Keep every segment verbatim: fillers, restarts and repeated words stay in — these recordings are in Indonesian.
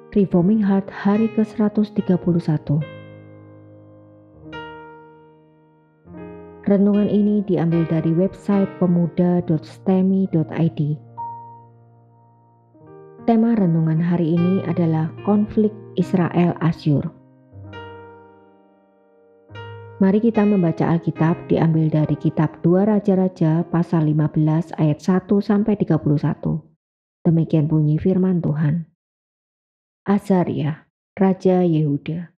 Reforming Heart hari ke seratus tiga puluh satu. Renungan ini diambil dari website pemuda dot stemi dot i d. Tema renungan hari ini adalah konflik Israel-Asyur. Mari kita membaca Alkitab diambil dari kitab dua Raja-Raja pasal lima belas ayat satu sampai tiga puluh satu. Demikian bunyi firman Tuhan. Azaria, Raja Yehuda.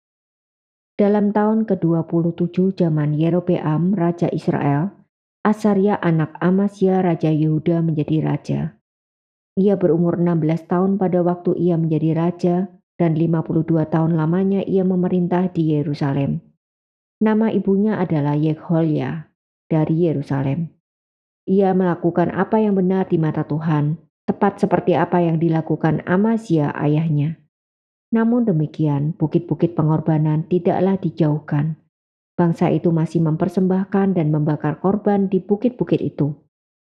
Dalam tahun ke dua puluh tujuh zaman Yerobeam, Raja Israel, Azaria anak Amasya Raja Yehuda menjadi raja. Ia berumur enam belas tahun pada waktu ia menjadi raja dan lima puluh dua tahun lamanya ia memerintah di Yerusalem. Nama ibunya adalah Yekholya dari Yerusalem. Ia melakukan apa yang benar di mata Tuhan, tepat seperti apa yang dilakukan Amasya ayahnya. Namun demikian, bukit-bukit pengorbanan tidaklah dijauhkan. Bangsa itu masih mempersembahkan dan membakar korban di bukit-bukit itu.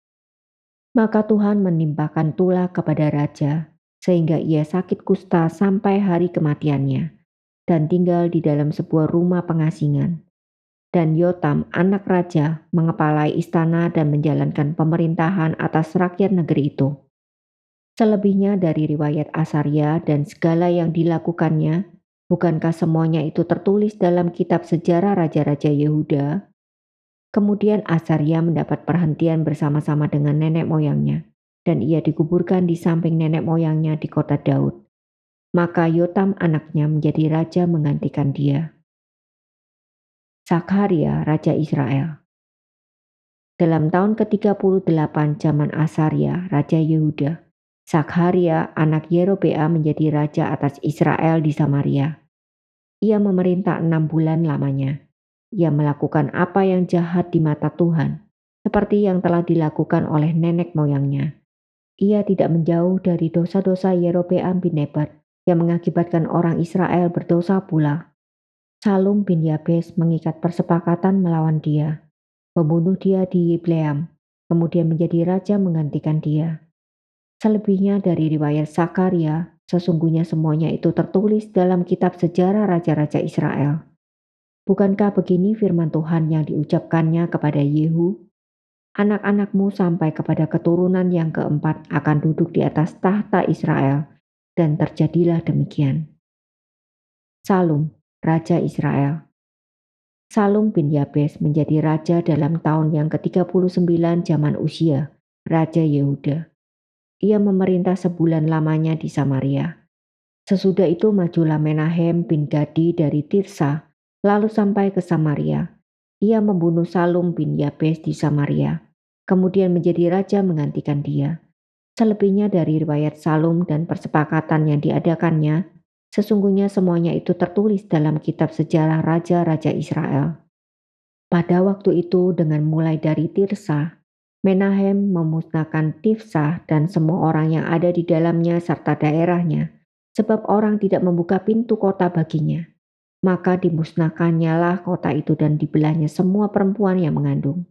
Maka Tuhan menimpakan tulah kepada raja, sehingga ia sakit kusta sampai hari kematiannya, dan tinggal di dalam sebuah rumah pengasingan. Dan Yotam, anak raja, mengepalai istana dan menjalankan pemerintahan atas rakyat negeri itu. Selebihnya dari riwayat Azaria dan segala yang dilakukannya, bukankah semuanya itu tertulis dalam kitab sejarah Raja-Raja Yehuda? Kemudian Azaria mendapat perhentian bersama-sama dengan nenek moyangnya, dan ia dikuburkan di samping nenek moyangnya di kota Daud. Maka Yotam anaknya menjadi raja menggantikan dia. Zakharia, Raja Israel. Dalam tahun ke tiga puluh delapan zaman Azaria, Raja Yehuda, Zakharia anak Yerobeam menjadi raja atas Israel di Samaria. Ia memerintah enam bulan lamanya. Ia melakukan apa yang jahat di mata Tuhan, seperti yang telah dilakukan oleh nenek moyangnya. Ia tidak menjauh dari dosa-dosa Yerobeam bin Nebat yang mengakibatkan orang Israel berdosa pula. Salum bin Yabes mengikat persepakatan melawan dia, membunuh dia di Yibleam, kemudian menjadi raja menggantikan dia. Selebihnya dari riwayat Zakharia, sesungguhnya semuanya itu tertulis dalam kitab sejarah Raja-Raja Israel. Bukankah begini firman Tuhan yang diucapkannya kepada Yehu? Anak-anakmu sampai kepada keturunan yang keempat akan duduk di atas tahta Israel, dan terjadilah demikian. Salum, Raja Israel. Salum bin Yabes menjadi raja dalam tahun yang ke tiga puluh sembilan zaman Uzia, Raja Yehuda. Ia memerintah sebulan lamanya di Samaria. Sesudah itu majulah Menahem bin Gadi dari Tirsa, lalu sampai ke Samaria. Ia membunuh Salum bin Yabes di Samaria, kemudian menjadi raja menggantikan dia. Selebihnya dari riwayat Salum dan persepakatan yang diadakannya, sesungguhnya semuanya itu tertulis dalam kitab sejarah Raja-Raja Israel. Pada waktu itu dengan mulai dari Tirsa, Menahem memusnahkan Tifsah dan semua orang yang ada di dalamnya serta daerahnya, sebab orang tidak membuka pintu kota baginya. Maka dimusnahkannya lah kota itu dan dibelahnya semua perempuan yang mengandung.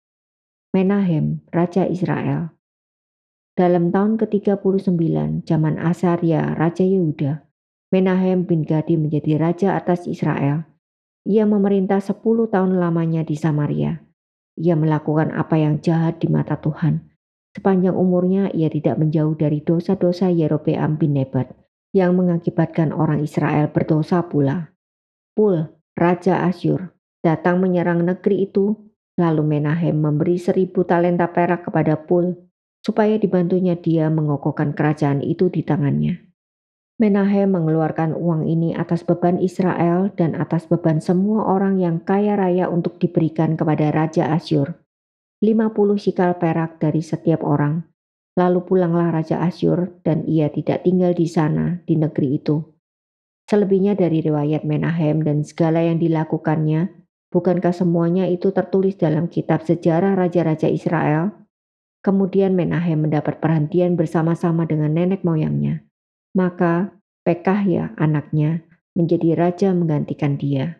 Menahem, Raja Israel. Dalam tahun ke tiga puluh sembilan, zaman Azaria, Raja Yehuda, Menahem bin Gadi menjadi raja atas Israel. Ia memerintah sepuluh tahun lamanya di Samaria. Ia melakukan apa yang jahat di mata Tuhan. Sepanjang umurnya ia tidak menjauh dari dosa-dosa Yerobeam bin Nebat yang mengakibatkan orang Israel berdosa pula. Pul, Raja Asyur, datang menyerang negeri itu, lalu Menahem memberi seribu talenta perak kepada Pul, supaya dibantunya dia mengokohkan kerajaan itu di tangannya. Menahem mengeluarkan uang ini atas beban Israel dan atas beban semua orang yang kaya raya untuk diberikan kepada Raja Asyur. lima puluh sikal perak dari setiap orang. Lalu pulanglah Raja Asyur dan ia tidak tinggal di sana, di negeri itu. Selebihnya dari riwayat Menahem dan segala yang dilakukannya, bukankah semuanya itu tertulis dalam kitab sejarah Raja-Raja Israel? Kemudian Menahem mendapat perhentian bersama-sama dengan nenek moyangnya. Maka Pekahya anaknya menjadi raja menggantikan dia.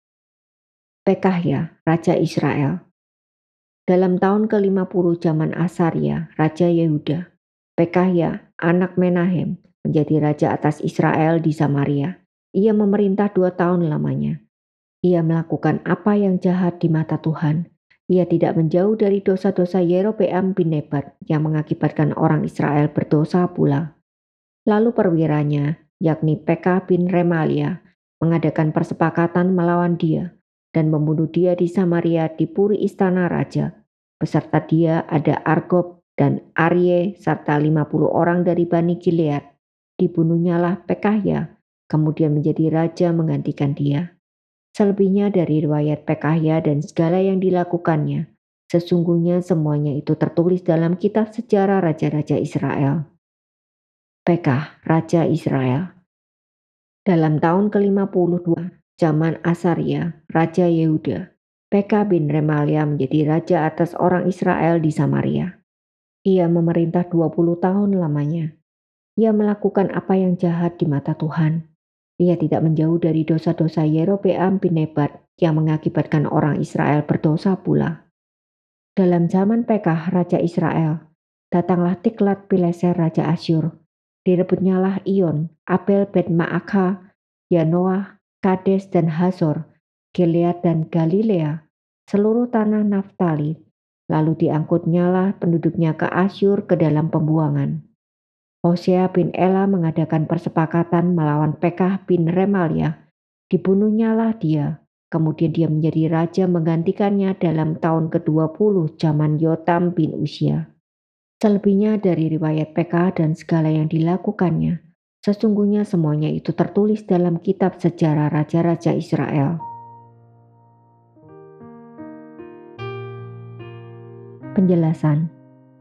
Pekahya, Raja Israel. Dalam tahun ke lima puluh zaman Azaria, Raja Yehuda, Pekahya, anak Menahem, menjadi raja atas Israel di Samaria. Ia memerintah dua tahun lamanya. Ia melakukan apa yang jahat di mata Tuhan. Ia tidak menjauh dari dosa-dosa Yerobeam bin Nebat yang mengakibatkan orang Israel berdosa pula. Lalu perwiranya, yakni Pekah bin Remalia, mengadakan persepakatan melawan dia dan membunuh dia di Samaria di puri istana raja. Beserta dia ada Argob dan Arye serta lima puluh orang dari Bani Gilead. Dibunuhnyalah Pekahya, kemudian menjadi raja menggantikan dia. Selebihnya dari riwayat Pekahya dan segala yang dilakukannya, sesungguhnya semuanya itu tertulis dalam kitab sejarah raja-raja Israel. Pekah, Raja Israel. Dalam tahun ke lima puluh dua, zaman Asaria, Raja Yehuda, Pekah bin Remalia menjadi raja atas orang Israel di Samaria. Ia memerintah dua puluh tahun lamanya. Ia melakukan apa yang jahat di mata Tuhan. Ia tidak menjauh dari dosa-dosa Yerobeam bin Nebat yang mengakibatkan orang Israel berdosa pula. Dalam zaman Pekah, Raja Israel, datanglah Tiglat-Pileser Raja Asyur. Direbutnyalah Ion, Abel bet Maakah, Yanoah, Kades dan Hazor, Gilead dan Galilea, seluruh tanah Naftali. Lalu diangkutnyalah penduduknya ke Asyur ke dalam pembuangan. Hosea bin Ela mengadakan persepakatan melawan Pekah bin Remalia. Dibunuhnyalah dia. Kemudian dia menjadi raja menggantikannya dalam tahun ke dua puluh zaman Yotam bin Uzia. Selebihnya dari riwayat Pekah dan segala yang dilakukannya, sesungguhnya semuanya itu tertulis dalam kitab sejarah raja-raja Israel. Penjelasan.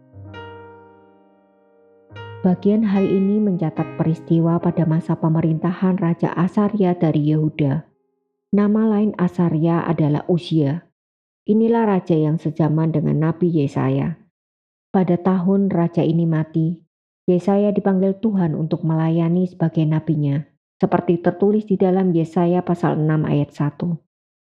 Bagian hari ini mencatat peristiwa pada masa pemerintahan Raja Asaria dari Yehuda. Nama lain Asaria adalah Uzia. Inilah raja yang sezaman dengan Nabi Yesaya. Pada tahun raja ini mati, Yesaya dipanggil Tuhan untuk melayani sebagai nabinya, seperti tertulis di dalam Yesaya pasal enam ayat satu.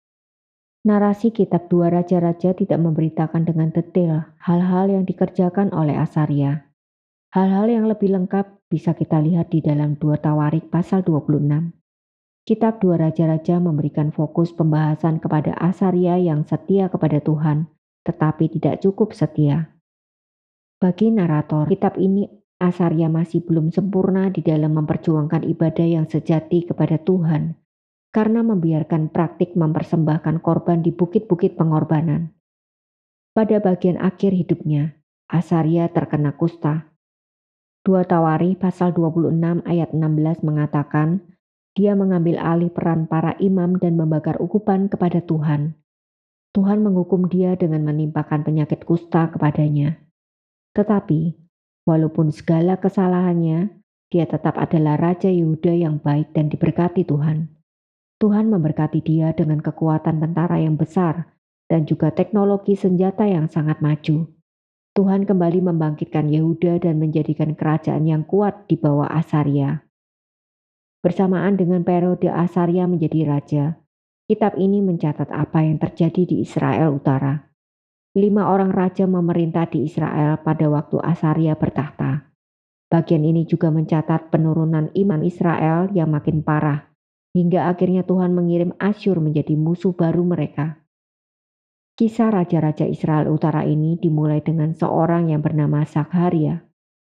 Narasi kitab dua Raja-Raja tidak memberitakan dengan detail hal-hal yang dikerjakan oleh Asaria. Hal-hal yang lebih lengkap bisa kita lihat di dalam dua Tawarik pasal dua puluh enam. Kitab dua Raja-Raja memberikan fokus pembahasan kepada Asaria yang setia kepada Tuhan, tetapi tidak cukup setia. Bagi narator kitab ini, Asaria masih belum sempurna di dalam memperjuangkan ibadah yang sejati kepada Tuhan, karena membiarkan praktik mempersembahkan korban di bukit-bukit pengorbanan. Pada bagian akhir hidupnya, Asaria terkena kusta. dua Tawarikh pasal dua puluh enam ayat enam belas mengatakan, dia mengambil alih peran para imam dan membakar ukupan kepada Tuhan. Tuhan menghukum dia dengan menimpakan penyakit kusta kepadanya. Tetapi, walaupun segala kesalahannya, dia tetap adalah Raja Yehuda yang baik dan diberkati Tuhan. Tuhan memberkati dia dengan kekuatan tentara yang besar dan juga teknologi senjata yang sangat maju. Tuhan kembali membangkitkan Yehuda dan menjadikan kerajaan yang kuat di bawah Asaria. Bersamaan dengan periode Asaria menjadi raja, kitab ini mencatat apa yang terjadi di Israel Utara. Lima orang raja memerintah di Israel pada waktu Asaria bertahta. Bagian ini juga mencatat penurunan iman Israel yang makin parah, hingga akhirnya Tuhan mengirim Asyur menjadi musuh baru mereka. Kisah raja-raja Israel Utara ini dimulai dengan seorang yang bernama Zakharia.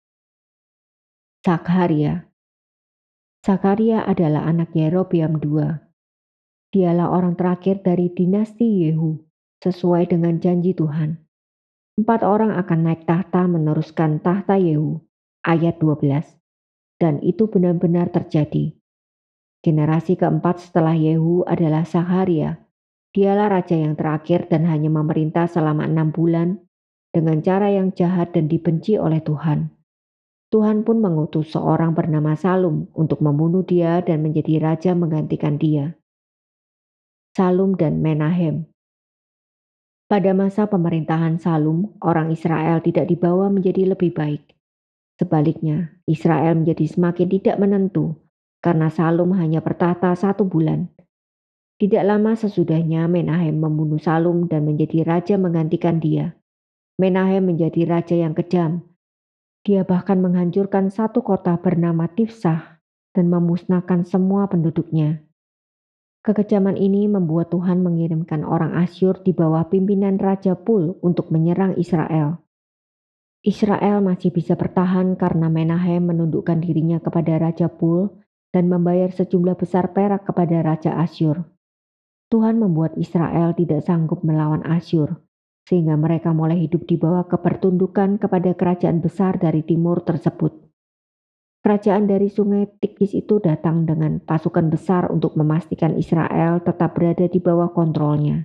Zakharia. Zakharia adalah anak Yerobeam kedua. Dialah orang terakhir dari dinasti Yehu, sesuai dengan janji Tuhan. Empat orang akan naik tahta meneruskan tahta Yehu, ayat dua belas. Dan itu benar-benar terjadi. Generasi keempat setelah Yehu adalah Zakharia. Dialah raja yang terakhir dan hanya memerintah selama enam bulan dengan cara yang jahat dan dibenci oleh Tuhan. Tuhan pun mengutus seorang bernama Salum untuk membunuh dia dan menjadi raja menggantikan dia. Salum dan Menahem. Pada masa pemerintahan Salum, orang Israel tidak dibawa menjadi lebih baik. Sebaliknya, Israel menjadi semakin tidak menentu karena Salum hanya bertahta satu bulan. Tidak lama sesudahnya Menahem membunuh Salum dan menjadi raja menggantikan dia. Menahem menjadi raja yang kejam. Dia bahkan menghancurkan satu kota bernama Tifsah dan memusnahkan semua penduduknya. Kekejaman ini membuat Tuhan mengirimkan orang Asyur di bawah pimpinan Raja Pul untuk menyerang Israel. Israel masih bisa bertahan karena Menahem menundukkan dirinya kepada Raja Pul dan membayar sejumlah besar perak kepada Raja Asyur. Tuhan membuat Israel tidak sanggup melawan Asyur, sehingga mereka mulai hidup di bawah kepertundukan kepada kerajaan besar dari timur tersebut. Kerajaan dari sungai Tigris itu datang dengan pasukan besar untuk memastikan Israel tetap berada di bawah kontrolnya.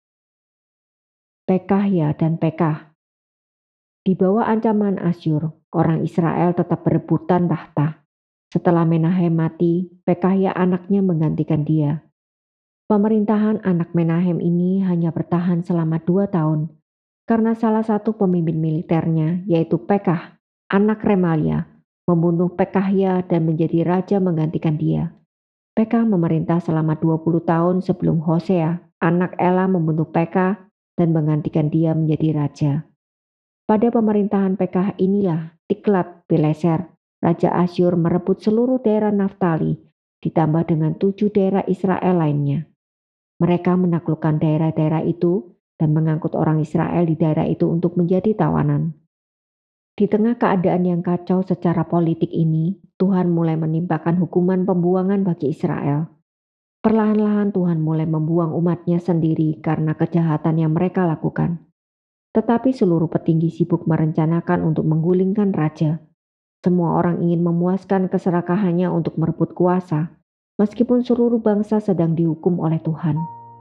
Pekahya dan Pekah. Di bawah ancaman Asyur, orang Israel tetap berebutan tahta. Setelah Menahem mati, Pekahya anaknya menggantikan dia. Pemerintahan anak Menahem ini hanya bertahan selama dua tahun karena salah satu pemimpin militernya, yaitu Pekah, anak Remalia, membunuh Pekahya dan menjadi raja menggantikan dia. Pekah memerintah selama dua puluh tahun sebelum Hosea, anak Ela, membunuh Pekah dan menggantikan dia menjadi raja. Pada pemerintahan Pekah inilah Tiglat-Pileser, Raja Asyur, merebut seluruh daerah Naftali, ditambah dengan tujuh daerah Israel lainnya. Mereka menaklukkan daerah-daerah itu dan mengangkut orang Israel di daerah itu untuk menjadi tawanan. Di tengah keadaan yang kacau secara politik ini, Tuhan mulai menimpakan hukuman pembuangan bagi Israel. Perlahan-lahan Tuhan mulai membuang umatnya sendiri karena kejahatan yang mereka lakukan. Tetapi seluruh petinggi sibuk merencanakan untuk menggulingkan raja. Semua orang ingin memuaskan keserakahannya untuk merebut kuasa, meskipun seluruh bangsa sedang dihukum oleh Tuhan.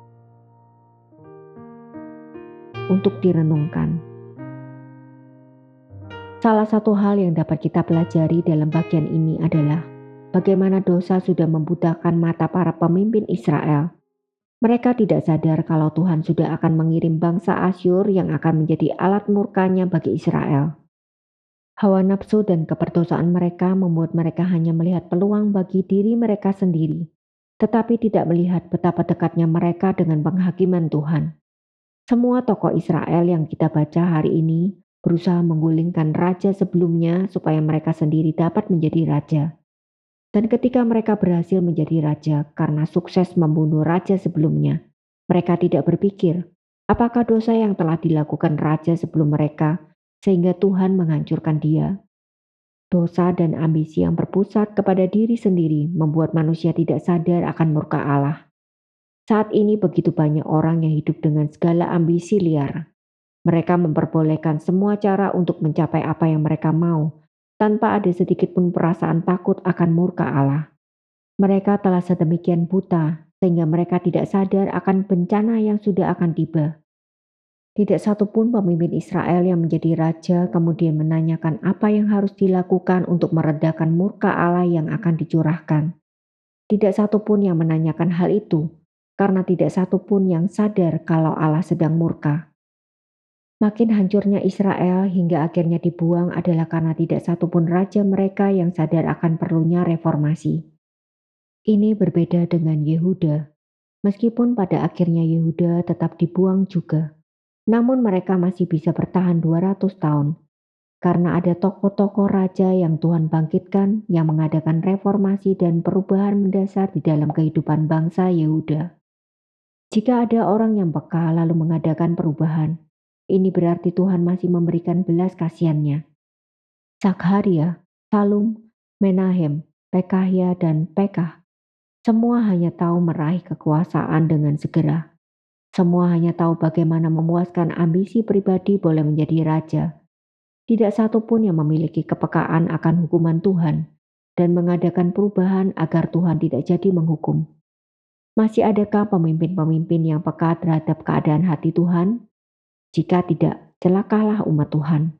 Untuk direnungkan. Salah satu hal yang dapat kita pelajari dalam bagian ini adalah bagaimana dosa sudah membutakan mata para pemimpin Israel. Mereka tidak sadar kalau Tuhan sudah akan mengirim bangsa Asyur yang akan menjadi alat murkanya bagi Israel. Hawa nafsu dan keberdosaan mereka membuat mereka hanya melihat peluang bagi diri mereka sendiri, tetapi tidak melihat betapa dekatnya mereka dengan penghakiman Tuhan. Semua tokoh Israel yang kita baca hari ini berusaha menggulingkan raja sebelumnya supaya mereka sendiri dapat menjadi raja. Dan ketika mereka berhasil menjadi raja karena sukses membunuh raja sebelumnya, mereka tidak berpikir, apakah dosa yang telah dilakukan raja sebelum mereka sehingga Tuhan menghancurkan dia. Dosa dan ambisi yang berpusat kepada diri sendiri membuat manusia tidak sadar akan murka Allah. Saat ini begitu banyak orang yang hidup dengan segala ambisi liar. Mereka memperbolehkan semua cara untuk mencapai apa yang mereka mau, tanpa ada sedikit pun perasaan takut akan murka Allah. Mereka telah sedemikian buta, sehingga mereka tidak sadar akan bencana yang sudah akan tiba. Tidak satu pun pemimpin Israel yang menjadi raja kemudian menanyakan apa yang harus dilakukan untuk meredakan murka Allah yang akan dicurahkan. Tidak satu pun yang menanyakan hal itu, karena tidak satu pun yang sadar kalau Allah sedang murka. Makin hancurnya Israel hingga akhirnya dibuang adalah karena tidak satu pun raja mereka yang sadar akan perlunya reformasi. Ini berbeda dengan Yehuda. Meskipun pada akhirnya Yehuda tetap dibuang juga. Namun mereka masih bisa bertahan dua ratus tahun. Karena ada tokoh-tokoh raja yang Tuhan bangkitkan yang mengadakan reformasi dan perubahan mendasar di dalam kehidupan bangsa Yehuda. Jika ada orang yang peka lalu mengadakan perubahan, ini berarti Tuhan masih memberikan belas kasihan-Nya. Zakharia, Salum, Menahem, Pekahya, dan Pekah, semua hanya tahu meraih kekuasaan dengan segera. Semua hanya tahu bagaimana memuaskan ambisi pribadi boleh menjadi raja. Tidak satu pun yang memiliki kepekaan akan hukuman Tuhan dan mengadakan perubahan agar Tuhan tidak jadi menghukum. Masih adakah pemimpin-pemimpin yang peka terhadap keadaan hati Tuhan? Jika tidak, celakalah umat Tuhan.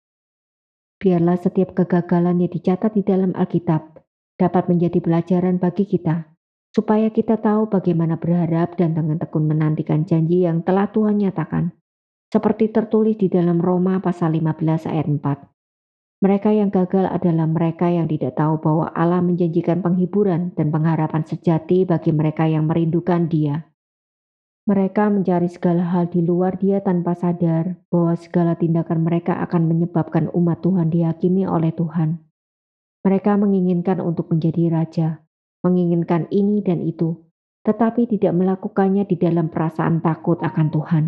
Biarlah setiap kegagalan yang dicatat di dalam Alkitab dapat menjadi pelajaran bagi kita, supaya kita tahu bagaimana berharap dan dengan tekun menantikan janji yang telah Tuhan nyatakan, seperti tertulis di dalam Roma pasal lima belas ayat empat. Mereka yang gagal adalah mereka yang tidak tahu bahwa Allah menjanjikan penghiburan dan pengharapan sejati bagi mereka yang merindukan Dia. Mereka mencari segala hal di luar Dia tanpa sadar bahwa segala tindakan mereka akan menyebabkan umat Tuhan dihakimi oleh Tuhan. Mereka menginginkan untuk menjadi raja, menginginkan ini dan itu, tetapi tidak melakukannya di dalam perasaan takut akan Tuhan.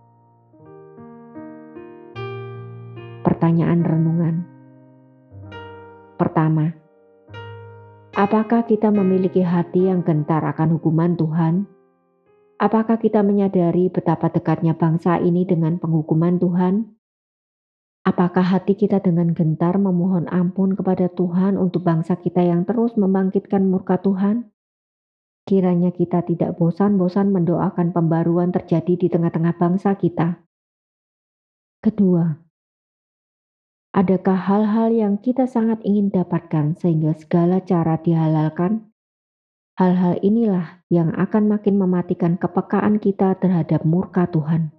Pertanyaan renungan. Pertama, apakah kita memiliki hati yang gentar akan hukuman Tuhan? Apakah kita menyadari betapa dekatnya bangsa ini dengan penghukuman Tuhan? Apakah hati kita dengan gentar memohon ampun kepada Tuhan untuk bangsa kita yang terus membangkitkan murka Tuhan? Kiranya kita tidak bosan-bosan mendoakan pembaruan terjadi di tengah-tengah bangsa kita. Kedua, adakah hal-hal yang kita sangat ingin dapatkan sehingga segala cara dihalalkan? Hal-hal inilah yang akan makin mematikan kepekaan kita terhadap murka Tuhan.